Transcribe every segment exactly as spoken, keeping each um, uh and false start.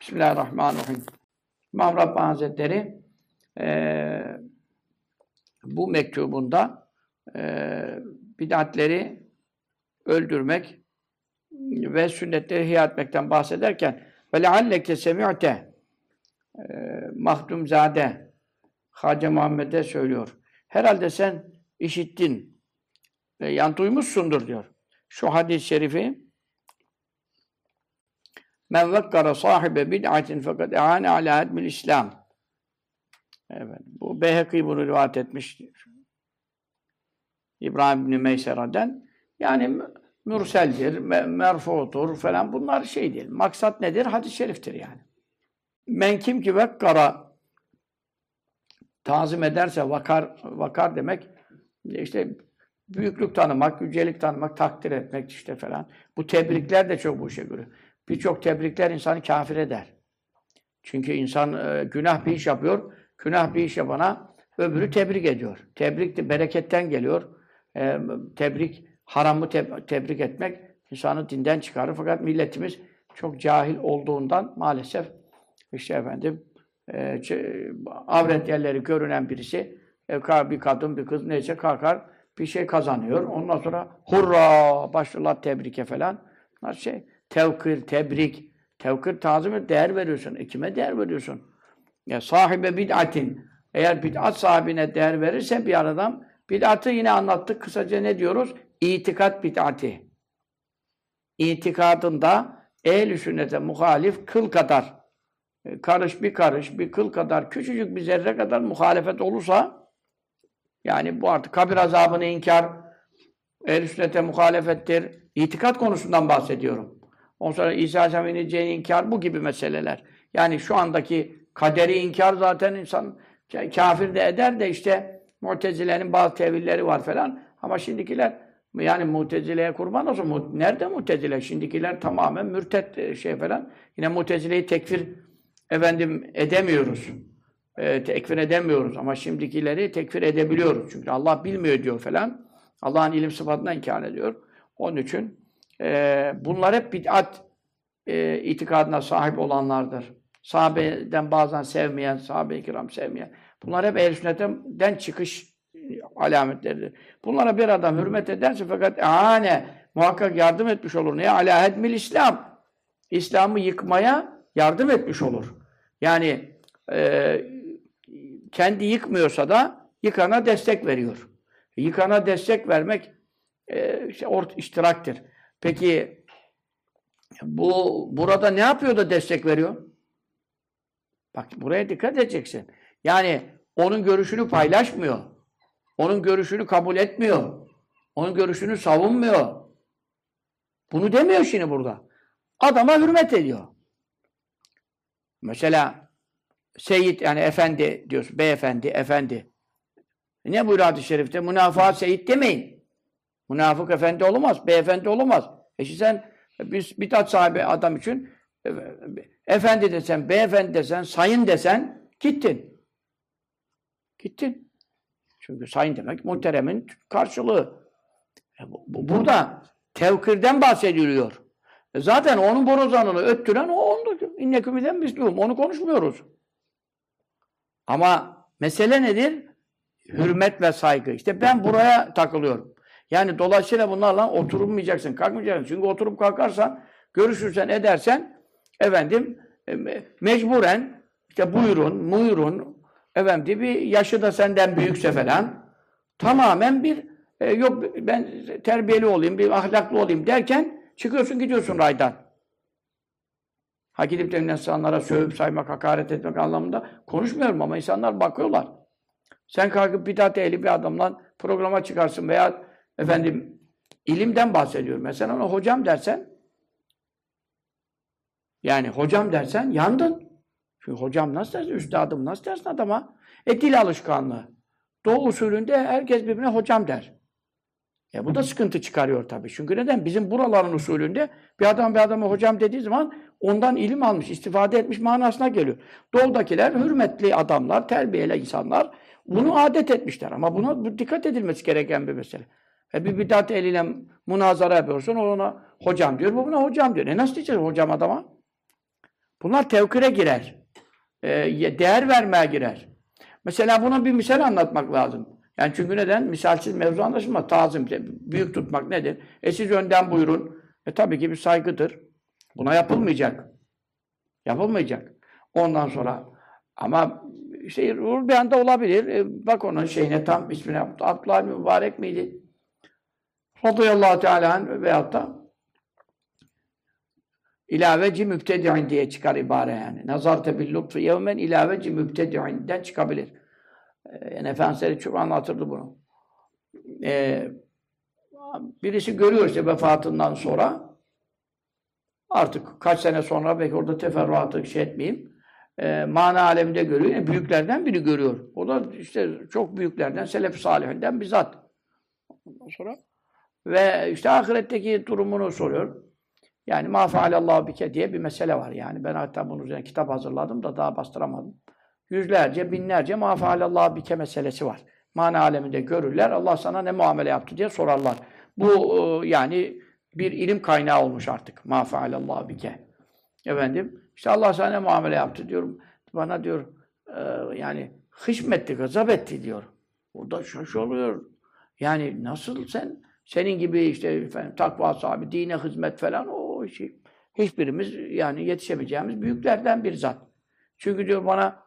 Bismillahirrahmanirrahim. İmam Rabbani Hazretleri e, bu mektubunda e, bid'atleri öldürmek ve sünnetleri ihya etmekten bahsederken ve lealleke semi'te e, Mahdumzade Hacı Muhammed'e söylüyor. Herhalde sen işittin ve yan duymuşsundur diyor. Şu hadis-i şerifi men vekkara sahibe bid'atin fakat e'ane ala hadmil İslam. Evet, bu Beyhekî bunu rivayet etmiş. İbrahim bin Meysera'dan. Yani mürseldir, merfudur falan bunlar şey değil. Maksat nedir? Hadis-i şeriftir yani. Men kim ki vekkara tazim ederse vakar vakar demek işte büyüklük tanımak, yücelik tanımak, takdir etmek işte falan. Bu tebrikler de çok bu işe göre. Birçok tebrikler insanı kafir eder. Çünkü insan e, günah bir iş yapıyor, günah bir iş yapana öbürü tebrik ediyor. Tebrik de bereketten geliyor. E, tebrik, haramı te tebrik etmek insanı dinden çıkarır. Fakat milletimiz çok cahil olduğundan maalesef işte efendim e, avret yerleri görünen birisi e, bir kadın, bir kız neyse kalkar bir şey kazanıyor. Ondan sonra hurra başlıyorlar tebrike falan. Nasıl şey? Tevkir, tebrik, tevkir, tazim, değer veriyorsun. E kime değer veriyorsun? Ya sahibe bid'atin. Eğer bid'at sahibine değer verirse bir adam, bid'atı yine anlattık. Kısaca ne diyoruz? İtikat bid'ati. İtikadında ehl-i sünnete muhalif kıl kadar, karış bir karış, bir kıl kadar, küçücük bir zerre kadar muhalefet olursa, yani bu artık kabir azabını inkar, ehl-i sünnete muhalefettir. İtikat konusundan bahsediyorum. Ondan sonra İsa Aleyhisselam'ın ineceğini inkar, bu gibi meseleler. Yani şu andaki kaderi inkar zaten insan kafir de eder de işte Mu'tezile'nin bazı tevilleri var falan. Ama şimdikiler yani Mu'tezile'ye kurban olsun. Nerede Mu'tezile? Şimdikiler tamamen mürtet şey falan. Yine Mu'tezile'yi tekfir efendim edemiyoruz. E, tekfir edemiyoruz ama şimdikileri tekfir edebiliyoruz. Çünkü Allah bilmiyor diyor falan. Allah'ın ilim sıfatına inkar ediyor. Onun için e, bunlar hep bid'at e, itikadına sahip olanlardır. Sahabeden bazen sevmeyen, sahabe-i kiram sevmeyen. Bunlar hep ehl-i sünnetten çıkış alametleridir. Bunlara bir adam hürmet ederse fakat âne muhakkak yardım etmiş olur. Ne? Alâ hedmil İslam. İslam'ı yıkmaya yardım etmiş olur. Yani e, kendi yıkmıyorsa da yıkana destek veriyor. Yıkana destek vermek e, işte ort iştiraktır. Peki bu burada ne yapıyor da destek veriyor? Bak buraya dikkat edeceksin. Yani onun görüşünü paylaşmıyor. Onun görüşünü kabul etmiyor. Onun görüşünü savunmuyor. Bunu demiyor şimdi burada. Adama hürmet ediyor. Mesela Seyyid yani efendi diyorsun. Beyefendi, efendi. Ne buyuruyor hadis-i şerifte? Münafığa Seyyid demeyin. Münafık efendi olamaz. Beyefendi olamaz. E şimdi sen bir bidat sahibi adam için efendi desen, beyefendi desen, sayın desen gittin. Gittin. Çünkü sayın demek muhteremin karşılığı. E bu, bu, burada tevkirden bahsediliyor. E zaten onun borazanını öttüren o ondur. İnnekümiden mislûhum. Onu konuşmuyoruz. Ama mesele nedir? Hürmet ve saygı. İşte ben buraya takılıyorum. Yani dolayısıyla bunlarla oturmayacaksın, kalkmayacaksın. Çünkü oturup kalkarsan, görüşürsen, edersen efendim mecburen işte buyurun, buyurun efendim bir yaşı da senden büyükse falan tamamen bir e, yok ben terbiyeli olayım, bir ahlaklı olayım derken çıkıyorsun gidiyorsun raydan. Ha gidip de insanlara sövüp saymak, hakaret etmek anlamında konuşmuyorum ama insanlar bakıyorlar. Sen kalkıp bidat ehli bir adamla programa çıkarsın veya efendim ilimden bahsediyorum. Mesela ona hocam dersen yani hocam dersen yandın. Çünkü hocam nasıl dersin? Üstadım nasıl dersin adama? E dil alışkanlığı. Doğu usulünde herkes birbirine hocam der. E bu da sıkıntı çıkarıyor tabii. Çünkü neden? Bizim buraların usulünde bir adam bir adama hocam dediği zaman ondan ilim almış, istifade etmiş manasına geliyor. Doğudakiler hürmetli adamlar, terbiyeli insanlar bunu adet etmişler. Ama buna dikkat edilmesi gereken bir mesele. E bir bidat eliyle münazara yapıyorsun, ona hocam diyor, bu buna hocam diyor. E nasıl diyeceğiz hocam adama? Bunlar tevkire girer. E, değer vermeye girer. Mesela buna bir misal anlatmak lazım. Yani çünkü neden? Misalsiz mevzu anlaşılmaz. Tazim, büyük tutmak nedir? E siz önden buyurun. E tabii ki bir saygıdır. Buna yapılmayacak. Yapılmayacak. Ondan sonra ama şey ruh bir anda olabilir. E, bak onun şeyine tam ismine Abdullah Mübarek miydi? Radıyallahu Teala veyahut da İlaveci mübtedi'in diye çıkar ibare yani. Nazarte bil lütfu yevmen ilaveci mübtedi'inden çıkabilir. Ee, yani Efendimiz çok anlatırdı bunu. Ee, birisi görüyor işte vefatından sonra artık kaç sene sonra belki orada teferruatı şey etmeyeyim. E, mana aleminde görüyor. Yani büyüklerden biri görüyor. O da işte çok büyüklerden, selef-i salihinden bizzat. Ondan sonra ve işte ahiretteki durumunu soruyor. Yani ma fealallahu bike diye bir mesele var yani. Ben hatta bunun üzerine kitap hazırladım da daha bastıramadım. Yüzlerce, binlerce ma fealallahu bike meselesi var. Mana aleminde görürler. Allah sana ne muamele yaptı diye sorarlar. Bu yani bir ilim kaynağı olmuş artık. Ma fealallahu bike. Efendim, işte Allah sana ne muamele yaptı diyorum. Bana diyor e, yani hışmetti, gazap etti diyor. O da şaşırıyor. Yani nasıl sen senin gibi işte efendim, takva sahibi, dine hizmet falan o şey. Hiçbirimiz yani yetişemeyeceğimiz büyüklerden bir zat. Çünkü diyor bana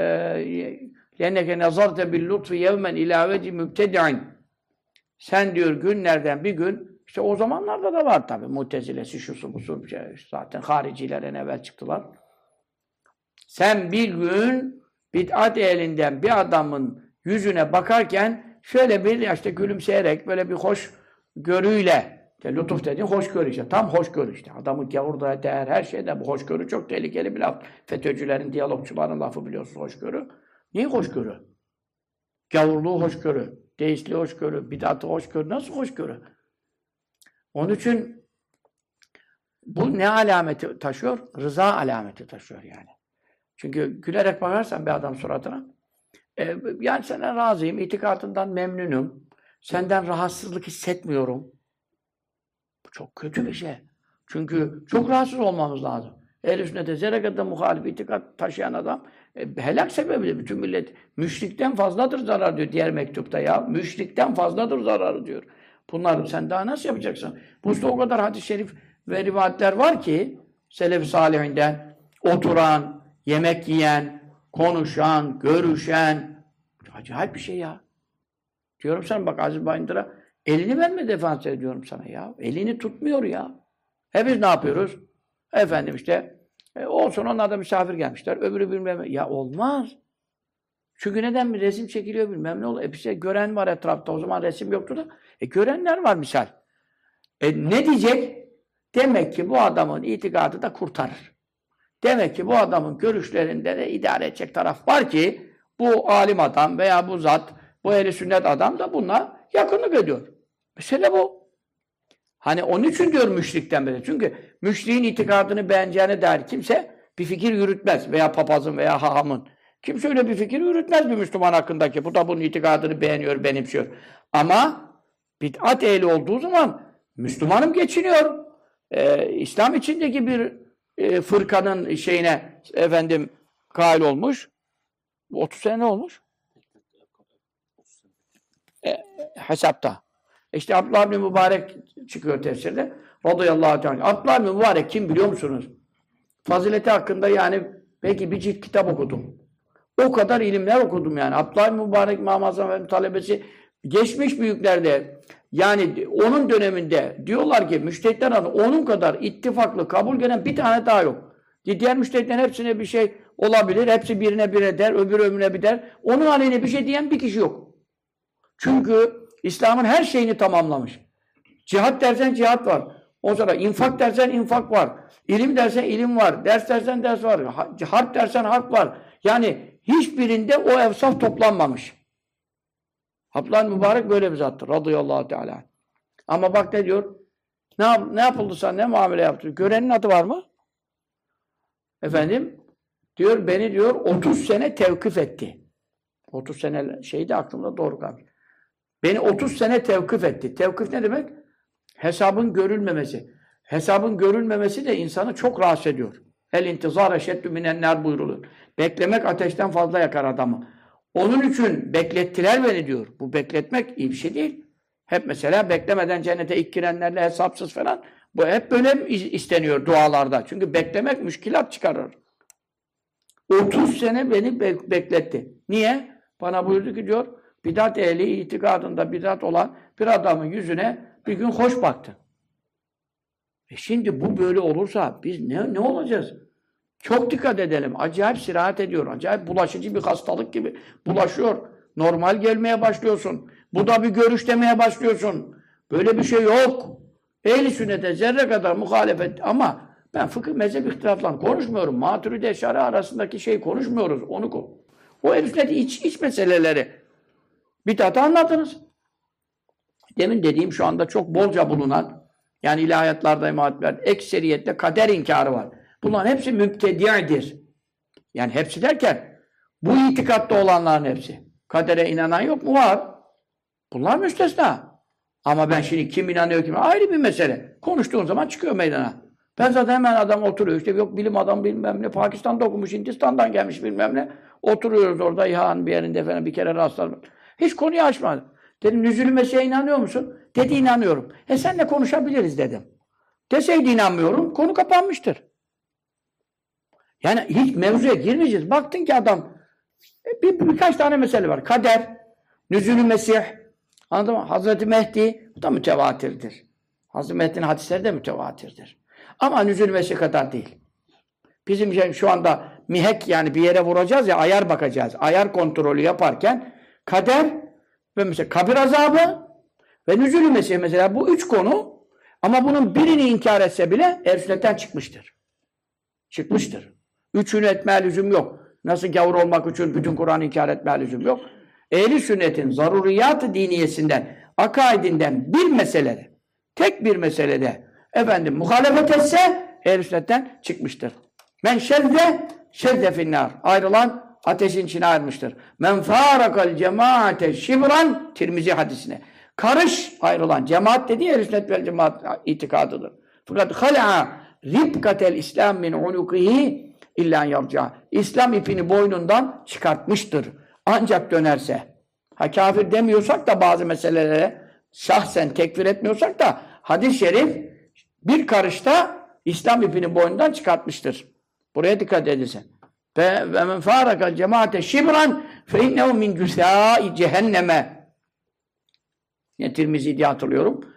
lenneke nazarte bil lutfi yevmen ila veci mübtedi'in. Sen diyor günlerden bir gün işte o zamanlarda da var tabii Mu'tezilesi şusu busu şey, zaten hariciler en evvel çıktılar. Sen bir gün bid'at elinden bir adamın yüzüne bakarken şöyle bir işte gülümseyerek böyle bir hoş görüyle işte lütuf dediğin hoşgörü işte. Tam hoşgörü işte. Adamın gavurda değer her şeyde bu hoşgörü çok tehlikeli bir laf. FETÖ'cülerin, diyalogçuların lafı biliyorsunuz hoşgörü. Niye hoşgörü? Gavurluğu hoşgörü, deistliği hoşgörü, bid'atı hoşgörü. Nasıl hoşgörü? Onun için bu ne alameti taşıyor? Rıza alameti taşıyor yani. Çünkü gülerek bakarsan bir adam suratına e, yani senden razıyım, itikadından memnunum, senden rahatsızlık hissetmiyorum. Bu çok kötü bir şey. Çünkü çok rahatsız olmamız lazım. Ehl-i sünnete zerre kadar muhalif itikat taşıyan adam e, helak sebebi bütün millet. Müşrikten fazladır zarar diyor diğer mektupta ya. Müşrikten fazladır zararı diyor. Bunları sen daha nasıl yapacaksın? Bu işte o kadar hadis-i şerif ve rivayetler var ki selef-i salihinden oturan, yemek yiyen, konuşan, görüşen acayip bir şey ya. Diyorum sana bak Aziz Bayındır'a elini vermedi Efendimiz diyorum sana ya. Elini tutmuyor ya. He biz ne yapıyoruz? Efendim işte e, olsun onlar da misafir gelmişler. Öbürü bilmem ya olmaz. Çünkü neden bir resim çekiliyor bilmem ne oluyor. E bir şey gören var etrafta. O zaman resim yoktu da. E görenler var misal. E ne diyecek? Demek ki bu adamın itikadı da kurtarır. Demek ki bu adamın görüşlerinde de idare edecek taraf var ki bu alim adam veya bu zat, bu ehl-i sünnet adam da bununla yakınlık ediyor. Mesele bu. Hani onun için diyor müşrikten beri. Çünkü müşriğin itikadını beğeneceğine dair kimse bir fikir yürütmez. Veya papazın veya hahamın. Kimse öyle bir fikir yürütmez bir Müslüman hakkındaki. Bu da bunun itikadını beğeniyor, benimsiyor. Ama bid'at ehli olduğu zaman Müslümanım geçiniyor. Ee, İslam içindeki bir e, fırkanın şeyine efendim kail olmuş. otuz sene ne olmuş? E, hesapta. İşte Abdullah bin Mübarek çıkıyor tefsirde. Radıyallahu teala. Abdullah bin Mübarek kim biliyor musunuz? Fazileti hakkında yani belki bir cilt kitap okudum. O kadar ilimler okudum yani. Abdullah bin Mübarek İmam Azam ve talebesi geçmiş büyüklerde yani onun döneminde diyorlar ki müştehitler adına onun kadar ittifaklı kabul gelen bir tane daha yok. Diğer müştehitlerin hepsine bir şey olabilir. Hepsi birine bir der, öbürü öbürüne bir der. Onun aleyhine bir şey diyen bir kişi yok. Çünkü İslam'ın her şeyini tamamlamış. Cihat dersen cihat var. O sonra infak dersen infak var. İlim dersen ilim var. Ders dersen ders var. Harp dersen harp var. Yani hiçbirinde o evsaf toplanmamış. Abdullah Mübarek böyle bir zattır. Radıyallahu teala. Ama bak ne diyor? Ne, yap ne yapıldı sana? Ne muamele yaptı? Görenin adı var mı? Efendim? Diyor beni diyor otuz sene tevkif etti. otuz sene şeydi aklımda doğru kalmış. Beni otuz sene tevkif etti. Tevkif ne demek? Hesabın görülmemesi. Hesabın görülmemesi de insanı çok rahatsız ediyor. El intizar eşeddü minennâr buyrulur. Beklemek ateşten fazla yakar adamı. Onun için beklettiler beni diyor. Bu bekletmek iyi bir şey değil. Hep mesela beklemeden cennete ilk girenlerle hesapsız falan. Bu hep böyle isteniyor dualarda. Çünkü beklemek müşkilat çıkarır. otuz sene beni be bekletti. Niye? Bana buyurdu ki diyor, bidat ehli itikadında bidat olan bir adamın yüzüne bir gün hoş baktı. E şimdi bu böyle olursa biz ne, ne olacağız? Çok dikkat edelim. Acayip sirahat ediyor. Acayip bulaşıcı bir hastalık gibi bulaşıyor. Normal gelmeye başlıyorsun. Bu da bir görüş demeye başlıyorsun. Böyle bir şey yok. Ehl-i sünnete zerre kadar muhalefet ama ben fıkıh mezhep ihtilaflarını konuşmuyorum. Maturidi Eşari arasındaki şeyi konuşmuyoruz. Onu ko o ehl-i sünnet iç, iç meseleleri. Bidatı anladınız. Demin dediğim şu anda çok bolca bulunan yani ilahiyatlarda imametler ekseriyette kader inkarı var. Bunların hepsi mübtedi'dir. Yani hepsi derken bu itikatta olanların hepsi. Kadere inanan yok mu? Var. Bunlar müstesna. Ama ben şimdi kim inanıyor kim ayrı bir mesele. Konuştuğun zaman çıkıyor meydana. Ben zaten hemen adam oturuyor. İşte yok bilim adamı bilmem ne. Pakistan'da okumuş, Hindistan'dan gelmiş bilmem ne. Oturuyoruz orada İHA'nın bir yerinde falan bir kere rastladım. Hiç konuyu açmadı. Dedim nüzul-ü Mesih'e inanıyor musun? Dedi inanıyorum. E senle konuşabiliriz dedim. Deseydi inanmıyorum. Konu kapanmıştır. Yani hiç mevzuya girmeyeceğiz. Baktın ki adam bir, birkaç tane mesele var. Kader, nüzul-ü Mesih, anladın mı? Hazreti Mehdi, bu da mütevatirdir. Hazreti Mehdi'nin hadisleri de mütevatirdir. Ama nüzul-ü Mesih kadar değil. Bizim şey, şu anda mihek yani bir yere vuracağız ya, ayar bakacağız. Ayar kontrolü yaparken kader ve mesela kabir azabı ve nüzul-ü Mesih mesela bu üç konu ama bunun birini inkar etse bile ehl-i sünnetten çıkmıştır. Çıkmıştır. Üçünü etmeye lüzum yok. Nasıl gavur olmak için bütün Kur'an'ı inkar etmeye lüzum yok. Ehl-i sünnetin zaruriyat-ı diniyesinden, akaidinden bir meselede, tek bir meselede efendim muhalefet etse ehl-i sünnetten çıkmıştır. Men şezze şezze finnâr. Ayrılan ateşin içine ayrılmıştır. Men fârakal cemaate şibran Tirmizi hadisine. Karış ayrılan. Cemaat dediği ehl-i sünnet vel cemaat itikadıdır. Fakat hal'a ribkatel İslam min unukihi illa yarca. İslam ipini boynundan çıkartmıştır. Ancak dönerse. Ha kafir demiyorsak da bazı meselelere şahsen tekfir etmiyorsak da hadis-i şerif bir karışta İslam ipini boynundan çıkartmıştır. Buraya dikkat edilsin. Ve men faraka cemaate şibran fe innehu min cüsâi cehenneme. Yine Tirmizi diye hatırlıyorum.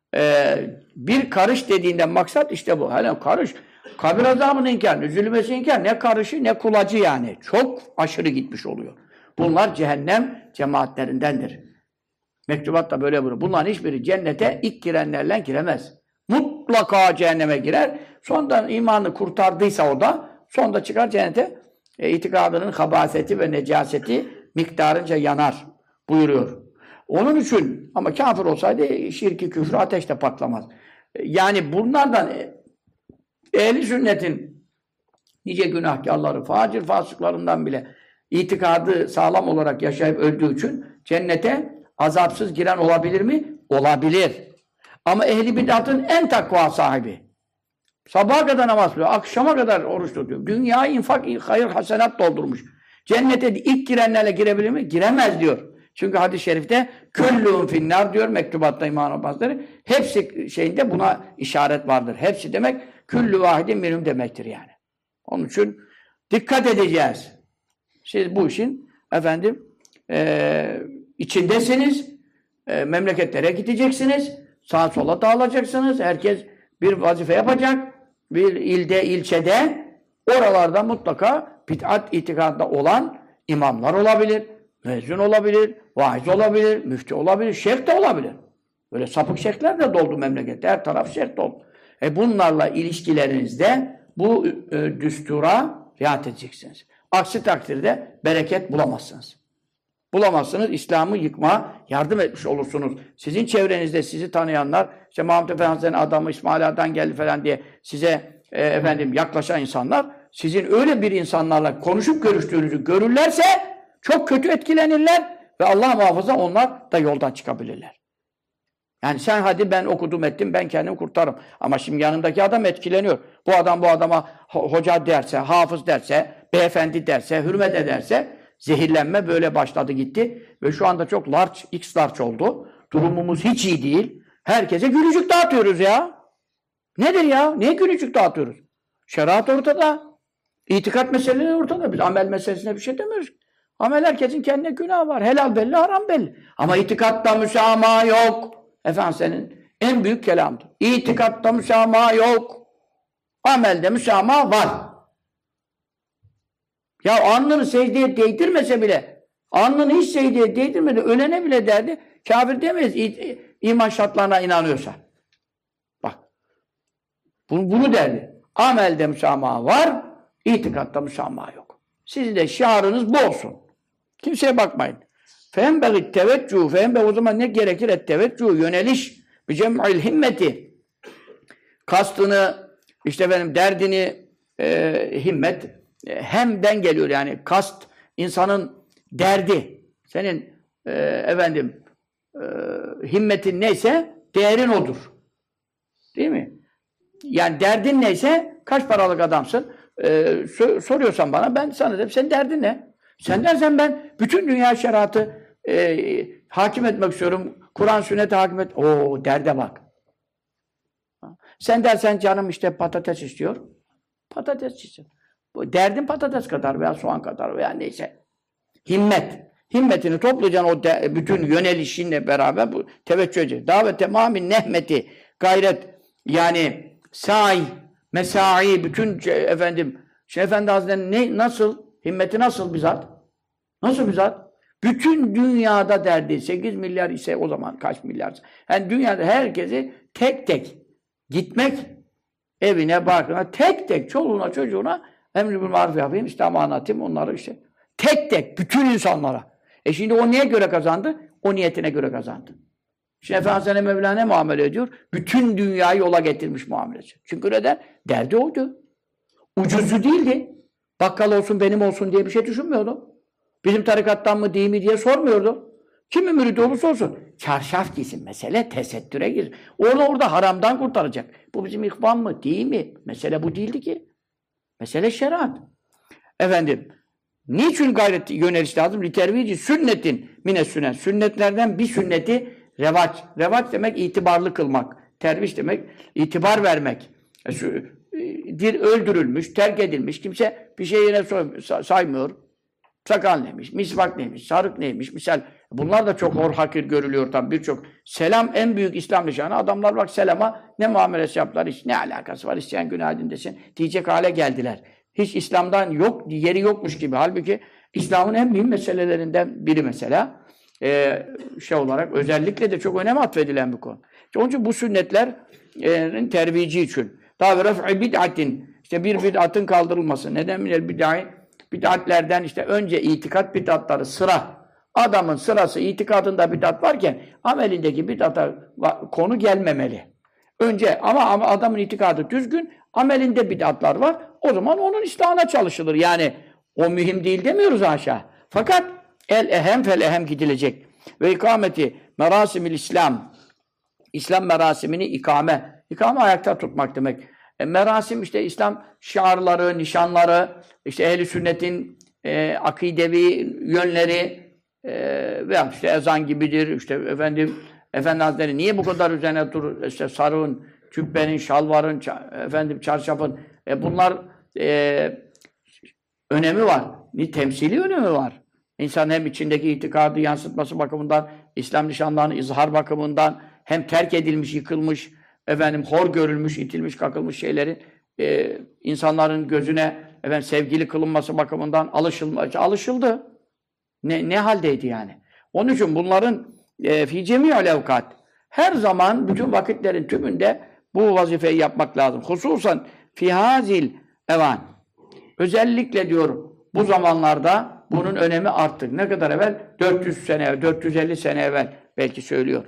Ee, bir karış dediğinden maksat işte bu. Hele karış. Kabir azabını inkar, nüzul-ü Mesih inkar. Ne karışı ne kulacı yani. Çok aşırı gitmiş oluyor. Bunlar cehennem cemaatlerindendir. Mektubat da böyle buyuruyor. Bunların hiçbiri cennete ilk girenlerle giremez. Mutlaka cehenneme girer. Sonradan imanı kurtardıysa o da sonunda çıkar cennete. E, itikadının habaseti ve necaseti miktarınca yanar buyuruyor. Onun için ama kafir olsaydı şirki küfrü ateşte patlamaz. E, yani bunlardan e, ehl-i sünnetin nice günahkarları, facir fasıklarından bile itikadı sağlam olarak yaşayıp öldüğü için cennete azapsız giren olabilir mi? Olabilir. Ama ehli bid'atın en takva sahibi. Sabaha kadar namaz kılıyor, akşama kadar oruç tutuyor. Dünyayı infak, hayır, hasenat doldurmuş. Cennete ilk girenlerle girebilir mi? Giremez diyor. Çünkü hadis-i şerifte küllûn finnâr diyor mektubatta İmam Hazretleri. Hepsi şeyinde buna işaret vardır. Hepsi demek küllü vahidin minhum demektir yani. Onun için dikkat edeceğiz. Siz bu işin efendim e, içindesiniz. E, memleketlere gideceksiniz. Sağa sola dağılacaksınız. Herkes bir vazife yapacak. Bir ilde, ilçede oralarda mutlaka bid'at itikadında olan imamlar olabilir. Müezzin olabilir. Vaiz olabilir. Müftü olabilir. Şeyh de olabilir. Böyle sapık şeyhler de doldu memlekette. Her taraf şeyh doldu. E bunlarla ilişkilerinizde bu e, düstura riayet edeceksiniz. Aksi takdirde bereket bulamazsınız. Bulamazsınız. İslam'ı yıkma yardım etmiş olursunuz. Sizin çevrenizde sizi tanıyanlar, işte Mahmud Efendi'nin adamı İsmail Ağa'dan geldi falan diye size e, efendim yaklaşan insanlar, sizin öyle bir insanlarla konuşup görüştüğünüzü görürlerse çok kötü etkilenirler ve Allah muhafaza onlar da yoldan çıkabilirler. Yani sen hadi ben okudum ettim, ben kendimi kurtarırım. Ama şimdi yanındaki adam etkileniyor. Bu adam bu adama hoca derse, hafız derse, beyefendi derse, hürmet ederse zehirlenme böyle başladı gitti. Ve şu anda çok large, x large oldu. Durumumuz hiç iyi değil. Herkese gülücük dağıtıyoruz ya. Nedir ya? Niye gülücük dağıtıyoruz? Şeriat ortada. İtikat meseleleri ortada. Biz amel meselesine bir şey demiyoruz. Amel herkesin kendine günah var. Helal belli, haram belli. Ama itikatta müsamaha yok. Efendim senin en büyük kelamdır. İtikatta müsamaha yok. Amelde müsamaha var. Ya alnını secdeye değdirmese bile, alnını hiç secdeye değdirmedi, ölene bile derdi, kafir demeyiz iman şartlarına inanıyorsa. Bak. Bunu, bunu derdi. Amelde müsamaha var, itikatta müsamaha yok. Sizin de şiarınız bu olsun. Kimseye bakmayın. فَاَنْبَغِ التَّوَجُّهُ فَاَنْبَغِ o zaman ne gerekir? اَتْتَوَجُّهُ yöneliş. بِجَمْعِ himmeti. Kastını, işte benim derdini, e, himmet, e, hemden geliyor yani. Kast, insanın derdi. Senin e, efendim e, himmetin neyse, değerin odur. Değil mi? Yani derdin neyse, kaç paralık adamsın? E, soruyorsan bana, ben sana derim, senin derdin ne? Sen dersen ben bütün dünya şeriatı e, hakim etmek istiyorum. Kur'an sünnete hakim et. Oo derde bak. Sen dersen canım işte patates istiyor. Patates istiyor. Derdin patates kadar veya soğan kadar veya neyse. Himmet. Himmetini toplayacaksın o de, bütün yönelişinle beraber bu teveccüh edeceksin. Davet temamin nehmeti, gayret yani say, mesai, bütün efendim Şeyh Efendi Hazretleri ne, nasıl? Himmeti nasıl bir zat? Nasıl bir zat? Bütün dünyada derdi. sekiz milyar ise o zaman kaç milyar? Yani dünyada herkesi tek tek gitmek evine, barkına, tek tek çoluğuna, çocuğuna emri bil maruf yapayım, İslam'ı anlatayım, onları işte. Tek tek, bütün insanlara. E şimdi o niye göre kazandı? O niyetine göre kazandı. Şimdi Efendimiz'e Mevla ne muamele ediyor? Bütün dünyayı yola getirmiş muamelesi. Çünkü neden? Derdi oydu. Ucuzu değildi. Bakkal olsun, benim olsun diye bir şey düşünmüyordu. Bizim tarikattan mı değil mi diye sormuyordu. Kimin müridi olursa olsun. Çarşaf giysin. Mesele tesettüre gir. Orada orada haramdan kurtaracak. Bu bizim ihvan mı? Değil mi? Mesele bu değildi ki. Mesele şeriat. Efendim, niçin gayret yöneliş lazım? Litervici sünnetin mine sünnet. Sünnetlerden bir sünneti revaç. Revaç demek itibarlı kılmak. Terviş demek itibar vermek. E, dir öldürülmüş, terk edilmiş. Kimse bir şey yine saymıyor. Sakal neymiş, misvak neymiş, sarık neymiş, misal. Bunlar da çok hor hakir görülüyor tabii birçok. Selam en büyük İslam nişanı. Adamlar bak selama ne muamelesi yaptılar, hiç ne alakası var, isteyen günah dinlesin diyecek hale geldiler. Hiç İslam'dan yok, yeri yokmuş gibi. Halbuki İslam'ın en büyük meselelerinden biri mesela. Ee, şey olarak özellikle de çok önem atfedilen bir konu. Onun için bu sünnetlerin tervici için. Daha ve ref'i bid'atin. İşte bir bid'atın kaldırılması. Neden minel bid'ai? Bid'atlerden işte önce itikat bid'atları sıra. Adamın sırası itikadında bid'at varken amelindeki bid'ata konu gelmemeli. Önce ama, ama adamın itikadı düzgün, amelinde bid'atlar var. O zaman onun islahına çalışılır. Yani o mühim değil demiyoruz aşağı. Fakat el ehem fel ehem gidilecek. Ve ikameti merasimil İslam. İslam merasimini ikame. İkame ayakta tutmak demek. E, merasim işte İslam şiarları, nişanları, işte ehl-i sünnetin e, akidevi yönleri e, veya işte ezan gibidir. İşte efendim Efendi Hazretleri niye bu kadar üzerine durur? İşte sarığın, cübbenin, şalvarın, efendim çarşafın. E, bunlar e, önemi var. Ni temsili önemi var. İnsan hem içindeki itikadı yansıtması bakımından, İslam nişanlarını izhar bakımından, hem terk edilmiş, yıkılmış, efendim hor görülmüş, itilmiş, kakılmış şeylerin e, insanların gözüne efendim sevgili kılınması bakımından alışılma, alışıldı. Ne, ne haldeydi yani? Onun için bunların e, fi cemi'ül evkat her zaman bütün vakitlerin tümünde bu vazifeyi yapmak lazım. Hususan fi hazil evan. Özellikle diyor bu zamanlarda bunun önemi arttı. Ne kadar evvel? dört yüz sene, dört yüz elli sene evvel belki söylüyor.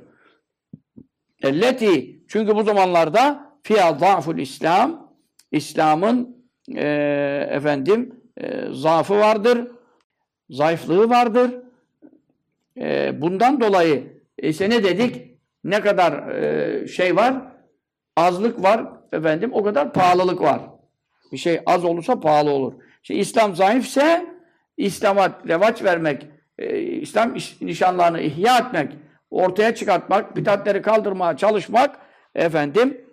Elleti çünkü bu zamanlarda fiyâ zâful İslam İslam'ın e, efendim e, zaafı vardır, zayıflığı vardır. E, bundan dolayı e, işte ne dedik? ne kadar e, şey var, azlık var efendim, o kadar pahalılık var. Bir şey az olursa pahalı olur. İşte İslam zayıfse İslam'a revaç vermek, e, İslam nişanlarını ihya etmek, ortaya çıkartmak, bidatleri kaldırmaya çalışmak efendim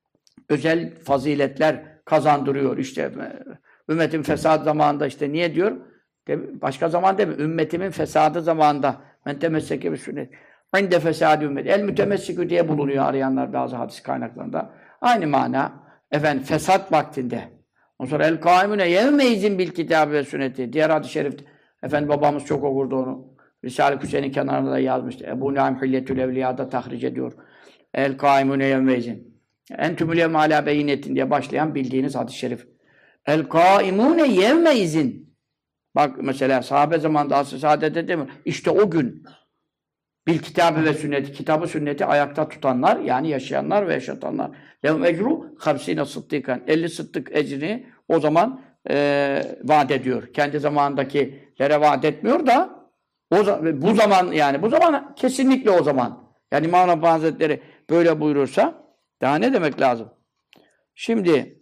özel faziletler kazandırıyor. İşte ümmetin fesadı zamanında işte niye diyor? Başka zaman değil mi? Ümmetimin fesadı zamanında men temesseke bi sünnet. İnde fesadi ümmet. El mütemessikü diye bulunuyor arayanlar bazı hadis kaynaklarında. Aynı mana. Efendim fesat vaktinde. Ondan sonra el kaimune yevmeyizin bil kitabı ve sünneti. Diğer hadis-i şerif. Efendim babamız çok okurdu onu. Risale-i Küse'nin kenarında da yazmıştı. Ebu Naim Hilletül Evliya'da tahric ediyor. El kaimune yevmeyizin. Entümül yevme alâ beyinetin diye başlayan bildiğiniz hadis-i şerif. El kaimune yevmeyizin. Bak mesela sahabe zamanında asr-ı saadette değil mi? İşte o gün bil kitabı ve sünneti, kitabı sünneti ayakta tutanlar, yani yaşayanlar ve yaşatanlar. Levm ecru hamsine sıddıkan. elli sıddık ecrini o zaman e, vaat ediyor. Kendi zamandakilere vaat etmiyor da o bu zaman, yani bu zaman kesinlikle o zaman. Yani İmam Rabbani Hazretleri böyle buyurursa daha ne demek lazım? Şimdi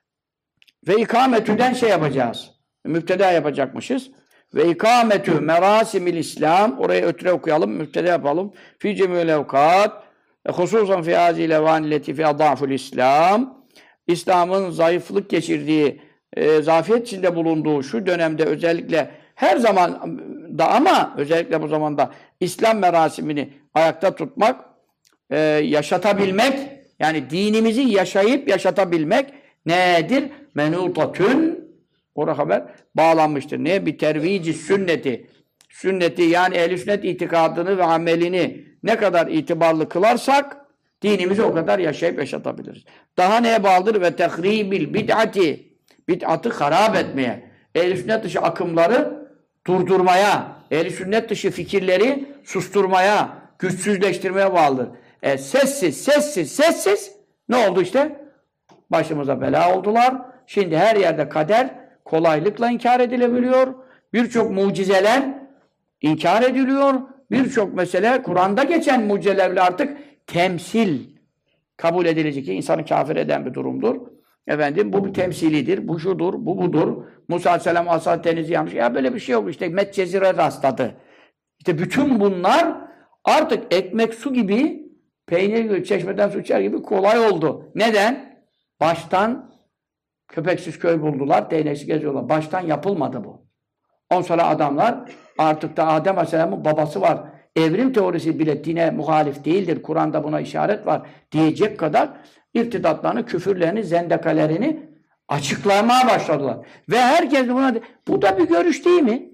ve ikametüden şey yapacağız. Müpteda yapacakmışız. Ve ikametü merasimil İslam, oraya ötüre okuyalım, müpteda yapalım. Fi cemî'l evkât, hususan fi hâzîl evânilleti fi adâful İslam. İslam'ın zayıflık geçirdiği, e, zafiyet içinde bulunduğu şu dönemde özellikle her zaman da ama özellikle bu zamanda İslam merasimini ayakta tutmak, e, yaşatabilmek, yani dinimizi yaşayıp yaşatabilmek nedir? Menûtatün, oraya haber bağlanmıştır. Ne? Bir tervici sünneti. Sünneti yani ehl-i sünnet itikadını ve amelini ne kadar itibarlı kılarsak dinimizi o kadar yaşayıp yaşatabiliriz. Daha neye bağlıdır? Ve tehribil bid'ati. Bid'atı harap etmeye. Ehl-i sünnet dışı akımları durdurmaya, ehl-i sünnet dışı fikirleri susturmaya, güçsüzleştirmeye bağlıdır. E, sessiz, sessiz, sessiz ne oldu işte? Başımıza bela oldular. Şimdi her yerde kader kolaylıkla inkar edilebiliyor. Birçok mucizeler inkar ediliyor. Birçok mesele Kur'an'da geçen mucizelerle artık temsil kabul edilecek ki insanı kafir eden bir durumdur. Efendim bu bir temsilidir, bu şudur, bu budur. Musa Aleyhisselam Asad Deniz'i yanmış. Ya böyle bir şey yok işte Medcezir'e rastladı. İşte bütün bunlar artık ekmek su gibi, peynir gibi, çeşmeden su içer gibi kolay oldu. Neden? Baştan köpeksiz köy buldular, değneksiz geziyorlar. Baştan yapılmadı bu. On sonra adamlar artık da Adem Aleyhisselam'ın babası var. Evrim teorisi bile dine muhalif değildir. Kur'an'da buna işaret var diyecek kadar irtidatlarını, küfürlerini, zendekalerini açıklamaya başladılar. Ve herkes buna de, bu da bir görüş değil mi?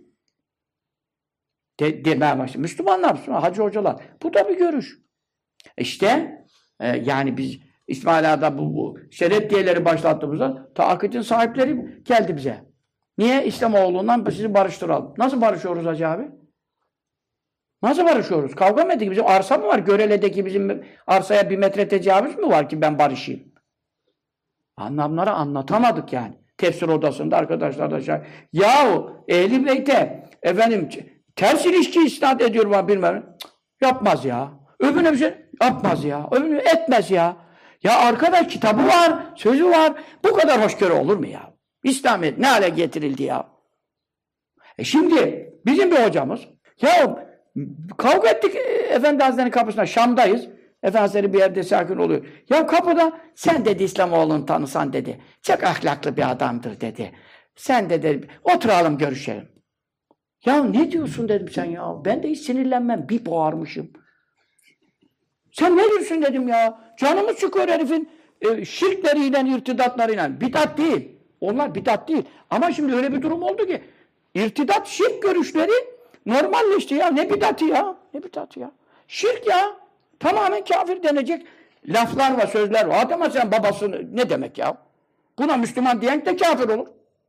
De, demeye başladı. Müslümanlar, Müslüman, hacı hocalar. Bu da bir görüş. İşte e, yani biz İsmail Ağa'da bu, bu şereddiyeleri başlattığımızda taakidin sahipleri geldi bize. Niye? İslamoğlu'ndan sizi barıştıralım. Nasıl barışıyoruz Hacı abi? Nasıl barışıyoruz? Kavga mı ettik? Bizim arsa mı var? Görele'deki bizim arsaya bir metre tecavüz mü var ki ben barışayım? Anlamları anlatamadık yani. Tefsir odasında arkadaşlar da şey. Yahu Ehl-i Beyt'e efendim ters ilişki isnat ediyor bana bilmem. Cık, yapmaz ya. Öbürüne bir şey yapmaz ya. Öbürüne etmez ya. Ya arkadaş kitabı var, sözü var. Bu kadar hoşgörü olur mu ya? İslamiyet ne hale getirildi ya? E şimdi bizim bir hocamız ya kavga ettik Efendi Hazretleri'nin kapısına, Şam'dayız. Efendi Hazretleri bir yerde sakin oluyor. Ya kapıda sen dedi İslamoğlu'nu tanısan dedi. Çok ahlaklı bir adamdır dedi. Sen dedi oturalım görüşelim. Ya ne diyorsun dedim sen ya. Ben de hiç sinirlenmem. Bir boğarmışım. Sen ne diyorsun dedim ya. Canımız çıkıyor herifin e, şirkleriyle, irtidatlarıyla. Bidat değil. Onlar bidat değil. Ama şimdi öyle bir durum oldu ki irtidat, şirk görüşleri normalleşti ya. Ne bidatı ya? Ne bidatı ya? Şirk ya. Tamamen kafir denecek laflar var, sözler var. Adama sen babası ne demek ya? Buna Müslüman diyen de kafir olur.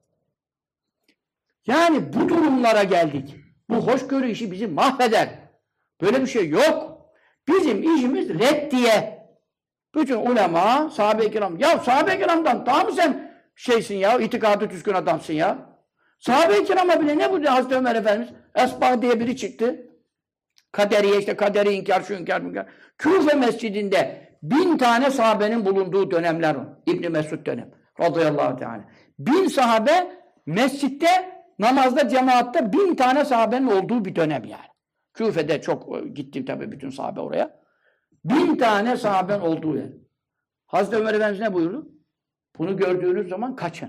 Yani bu durumlara geldik. Bu hoşgörü işi bizi mahveder. Böyle bir şey yok. Bizim işimiz reddiye. Bütün ulema, sahabe-i kiram. Ya sahabe-i kiramdan daha mı sen şeysin ya, itikadı düzgün adamsın ya? Sahabe-i kirama bile ne bu Hazreti Ömer Efendimiz? Esbah diye biri çıktı. Kaderiye işte kaderi inkar, şu inkar, bu inkar. Küfe mescidinde bin tane sahabenin bulunduğu dönemler o. İbn Mesud dönem. Radıyallahu teala. Bin sahabe mescitte, namazda, cemaatte bin tane sahabenin olduğu bir dönem yani. Küfe'de çok gittim tabii bütün sahabe oraya. Bin tane sahaben olduğu yer. Hazreti Ömer Efendimiz ne buyurdu? Bunu gördüğünüz zaman kaçın.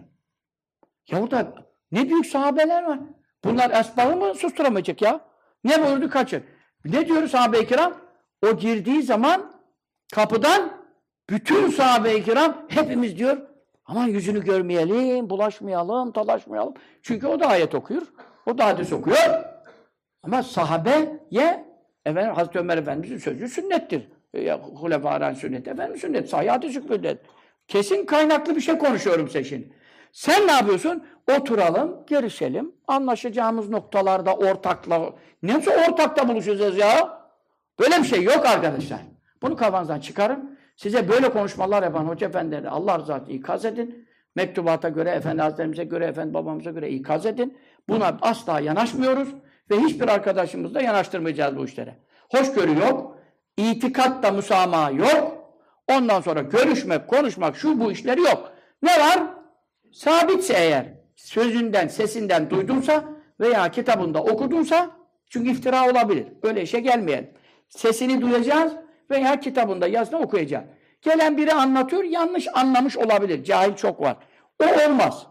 Ya burada ne büyük sahabeler var. Bunlar esbabı mı susturamayacak ya? Ne buyurdu? Kaçın. Ne diyor sahabe-i kiram? O girdiği zaman kapıdan bütün sahabe-i kiram hepimiz diyor aman yüzünü görmeyelim, bulaşmayalım, talaşmayalım. Çünkü o da ayet okuyor. O da hadis okuyor. Ama sahabeye efendim, Hazreti Ömer Efendimiz'in sözü sünnettir. Hulefâ'nın sünneti. Efendim sünnet. Sahih hadis hükmünde. Kesin kaynaklı bir şey konuşuyorum size şimdi. Sen ne yapıyorsun? Oturalım, görüşelim. Anlaşacağımız noktalarda ortakla... Nasıl ortakta buluşacağız ya? Böyle bir şey yok arkadaşlar. Bunu kafanızdan çıkarın. Size böyle konuşmalar yapan hoca efendileri Allah rızası için ikaz edin. Mektubata göre, Efendi Hazretlerimize göre, Efendi babamıza göre ikaz edin. Buna asla yanaşmıyoruz. Ve hiçbir arkadaşımızla yanaştırmayacağız bu işlere. Hoşgörü yok. İtikatta müsamaha yok. Ondan sonra görüşmek, konuşmak, şu bu işleri yok. Ne var? Sabitse eğer, sözünden, sesinden duydunsa veya kitabında okudunsa, çünkü iftira olabilir. Böyle işe gelmeyelim. Sesini duyacağız veya kitabında yazını okuyacağız. Gelen biri anlatıyor, yanlış anlamış olabilir. Cahil çok var. O olmaz.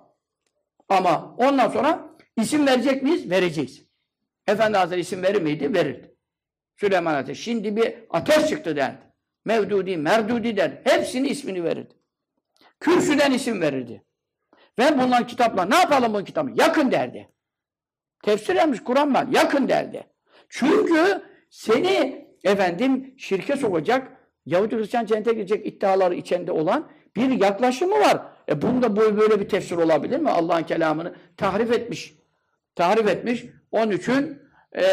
Ama ondan sonra isim verecek miyiz? Vereceğiz. Efendi Hazretleri isim verir miydi? Verirdi. Süleyman Ateş. Şimdi bir ateş çıktı derdi. Mevdudi, Merdudi der. Hepsinin ismini verirdi. Kürsüden isim verirdi. Ve bunların kitaplar, ne yapalım bu kitabı? Yakın derdi. Tefsir yapmış, Kur'an var. Yakın derdi. Çünkü seni efendim şirke sokacak, Yahudi Hristiyan cennete girecek iddiaları içinde olan bir yaklaşımı var. E bunda böyle bir tefsir olabilir mi? Allah'ın kelamını tahrif etmiş. Tahrif etmiş. Onun için e,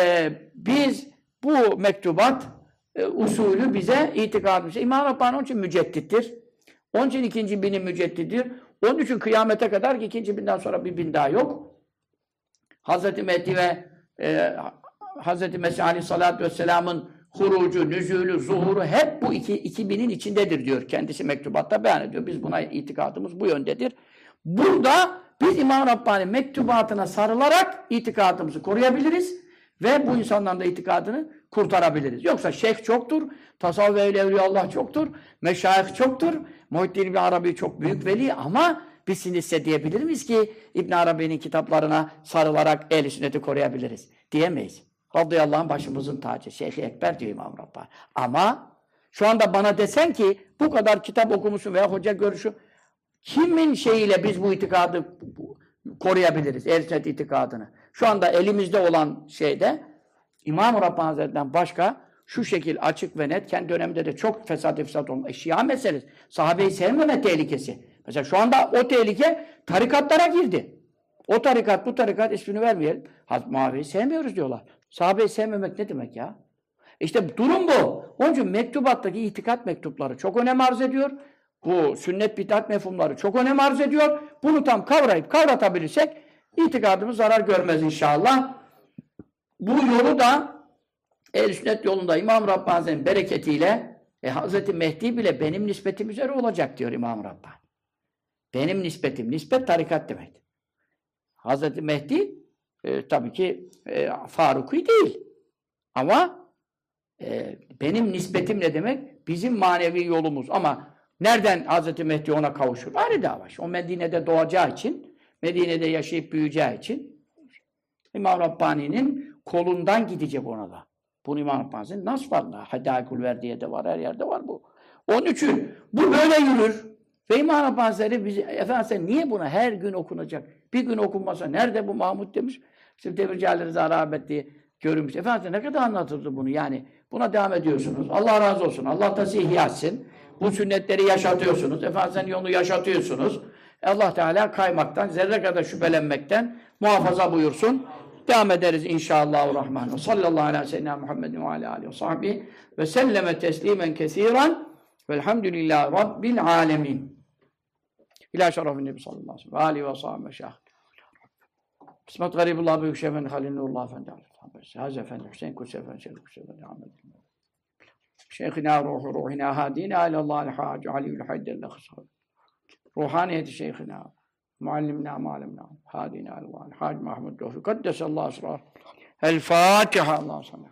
biz bu mektubat e, usulü bize itikadımız. İmam Rabbani onun için müceddittir. Onun için ikinci binin müceddidir. Onun için kıyamete kadar ikinci binden sonra bir bin daha yok. Hazreti Mehdi ve e, Hazreti Mesih Aleyhisselatü Vesselam'ın hurucu, nüzulü, zuhuru hep bu iki, iki binin içindedir diyor. Kendisi mektubatta beyan ediyor. Biz buna itikadımız bu yöndedir. Burada biz İmam Rabbani mektubatına sarılarak itikadımızı koruyabiliriz ve bu insanların da itikadını kurtarabiliriz. Yoksa şeyh çoktur, tasavvuf ehli evliyaullah çoktur, meşayih çoktur, Muhittin İbn Arabi çok büyük veli ama biz şimdi size diyebilir miyiz ki İbn Arabi'nin kitaplarına sarılarak ehl-i sünneti koruyabiliriz? Diyemeyiz. Radıyallahu anh başımızın tacı. Şeyh-i Ekber diyor İmam Rabbani. Ama şu anda bana desen ki bu kadar kitap okumuşsun veya hoca görüşü kimin şeyiyle biz bu itikadı koruyabiliriz? Ehl-i sünnet itikadını. Şu anda elimizde olan şeyde İmam-ı Rabbani Hazretleri'nden başka şu şekil açık ve net, kendi döneminde de çok fesat ifsat olmuş. Şia meselesi. Sahabeyi sevmeme tehlikesi. Mesela şu anda o tehlike tarikatlara girdi. O tarikat, bu tarikat ismini vermeyelim. Hazreti Muaviye'yi sevmiyoruz diyorlar. Sahabeyi sevmemek ne demek ya? İşte durum bu. Onun için mektubattaki itikat mektupları çok önem arz ediyor. Bu sünnet bidat mefhumları çok önem arz ediyor. Bunu tam kavrayıp kavratabilirsek itikadımız zarar görmez inşallah. Bu yolu da ehl-i sünnet yolunda İmam Rabbani Hazretleri'nin bereketiyle e, Hazreti Mehdi bile benim nispetim üzere olacak diyor İmam Rabbani. Benim nispetim. Nispet tarikat demek. Hazreti Mehdi e, tabii ki e, Faruki değil. Ama e, benim nispetim ne demek? Bizim manevi yolumuz. Ama nereden Hazreti Mehdi ona kavuşur? Ayrı dava. O Medine'de doğacağı için, Medine'de yaşayıp büyüyeceği için İmam Rabbani'nin kolundan gidecek ona da. Bunu İmam Rabbani'nin nas var. Hedâikul Verdiye'de var, her yerde var bu. Onun için bu böyle yürür. Ve İmam Rabbani Hazretleri bizi, efendim niye buna her gün okunacak? Bir gün okunmasa nerede bu Mahmud demiş. İşte Demirci Ali Rıza Rahmet diye görünmüş. Efendim ne kadar anlatırdı bunu yani. Buna devam ediyorsunuz. Allah razı olsun. Allah da sizi ihya etsin. Bu sünnetleri yaşatıyorsunuz. Efendimiz'in yolunu yaşatıyorsunuz. Allah Teala kaymaktan, zerre kadar şüphelenmekten muhafaza buyursun. Devam ederiz inşallahurrahman. Ve sallallahu aleyhi ve sellem Muhammedin ve aleyhi aleyhi ve sahbihi ve selleme teslimen kesiren velhamdülillahi rabbil alemin. İlâ şerefin nebi sallallahu aleyhi ve sellem ve aleyhi ve sahbihi ve şahbihi. İsmet Garibullah Büyük Şeyh Efendi Halil Nurullah Efendi Hazreti Efendi Hüseyin Kutsi Efendi Şerif Kutsi Efendi Ahmet Şeyhina ruhu ruhina hadina ilallahil hac aliyyul haydel khasab ruhaniyeti şeyhina muallimna malimna hadina ilallahil hac Mahmud Tevfik Kaddesallahu esrar El Fatiha. Allah'a sallallahu